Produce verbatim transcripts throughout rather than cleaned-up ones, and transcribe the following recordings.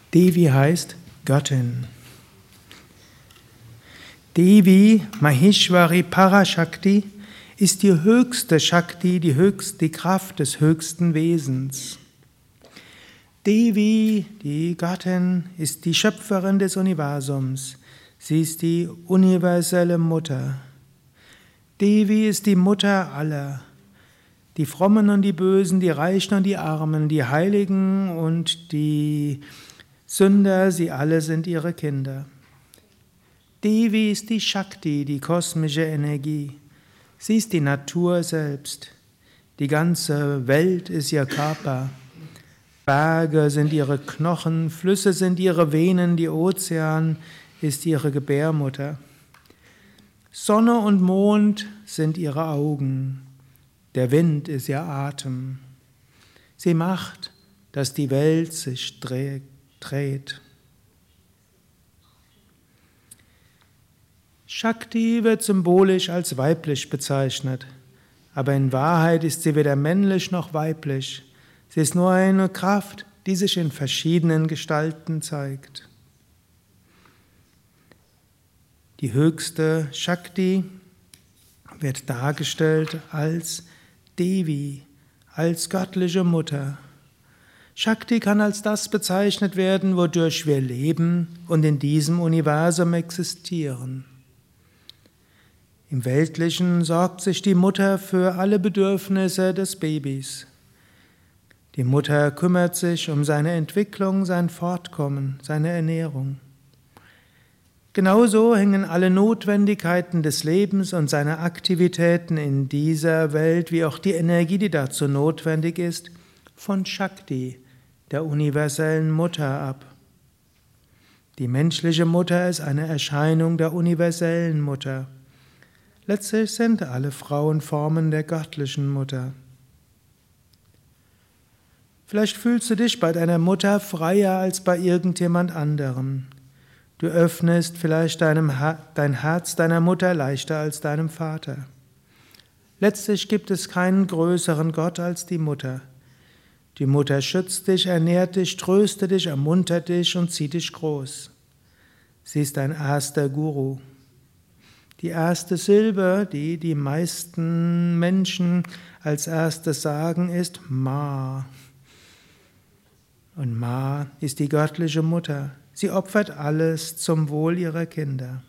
Devi heißt Göttin. Devi Maheshwari Parashakti ist die höchste Shakti, die höchste, die Kraft des höchsten Wesens. Devi, die Göttin, ist die Schöpferin des Universums. Sie ist die universelle Mutter. Devi ist die Mutter aller. Die Frommen und die Bösen, die Reichen und die Armen, die Heiligen und die Sünder, sie alle sind ihre Kinder. Devi ist die Shakti, die kosmische Energie. Sie ist die Natur selbst. Die ganze Welt ist ihr Körper. Berge sind ihre Knochen, Flüsse sind ihre Venen, die Ozean ist ihre Gebärmutter. Sonne und Mond sind ihre Augen. Der Wind ist ihr Atem. Sie macht, dass die Welt sich dreht. Shakti wird symbolisch als weiblich bezeichnet, aber in Wahrheit ist sie weder männlich noch weiblich. Sie ist nur eine Kraft, die sich in verschiedenen Gestalten zeigt. Die höchste Shakti wird dargestellt als Devi, als göttliche Mutter. Shakti kann als das bezeichnet werden, wodurch wir leben und in diesem Universum existieren. Im Weltlichen sorgt sich die Mutter für alle Bedürfnisse des Babys. Die Mutter kümmert sich um seine Entwicklung, sein Fortkommen, seine Ernährung. Genauso hängen alle Notwendigkeiten des Lebens und seiner Aktivitäten in dieser Welt, wie auch die Energie, die dazu notwendig ist, von Shakti, der universellen Mutter ab. Die menschliche Mutter ist eine Erscheinung der universellen Mutter. Letztlich sind alle Frauen Formen der göttlichen Mutter. Vielleicht fühlst du dich bei deiner Mutter freier als bei irgendjemand anderem. Du öffnest vielleicht deinem, dein Herz deiner Mutter leichter als deinem Vater. Letztlich gibt es keinen größeren Gott als die Mutter. Die Mutter schützt dich, ernährt dich, tröstet dich, ermuntert dich und zieht dich groß. Sie ist dein erster Guru. Die erste Silbe, die die meisten Menschen als erstes sagen, ist Ma. Und Ma ist die göttliche Mutter. Sie opfert alles zum Wohl ihrer Kinder.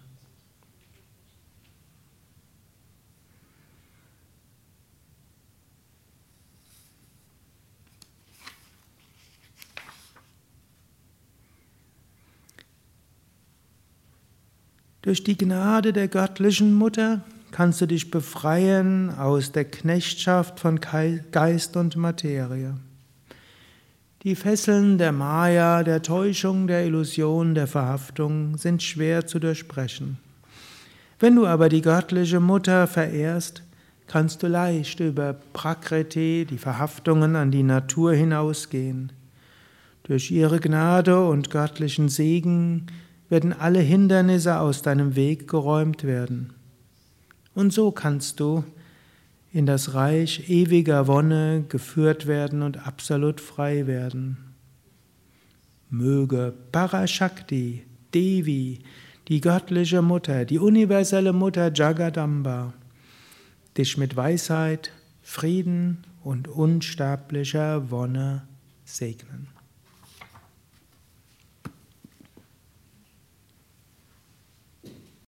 Durch die Gnade der göttlichen Mutter kannst du dich befreien aus der Knechtschaft von Geist und Materie. Die Fesseln der Maya, der Täuschung, der Illusion, der Verhaftung sind schwer zu durchbrechen. Wenn du aber die göttliche Mutter verehrst, kannst du leicht über Prakriti, die Verhaftungen an die Natur hinausgehen. Durch ihre Gnade und göttlichen Segen werden alle Hindernisse aus deinem Weg geräumt werden. Und so kannst du in das Reich ewiger Wonne geführt werden und absolut frei werden. Möge Parashakti, Devi, die göttliche Mutter, die universelle Mutter Jagadamba, dich mit Weisheit, Frieden und unsterblicher Wonne segnen.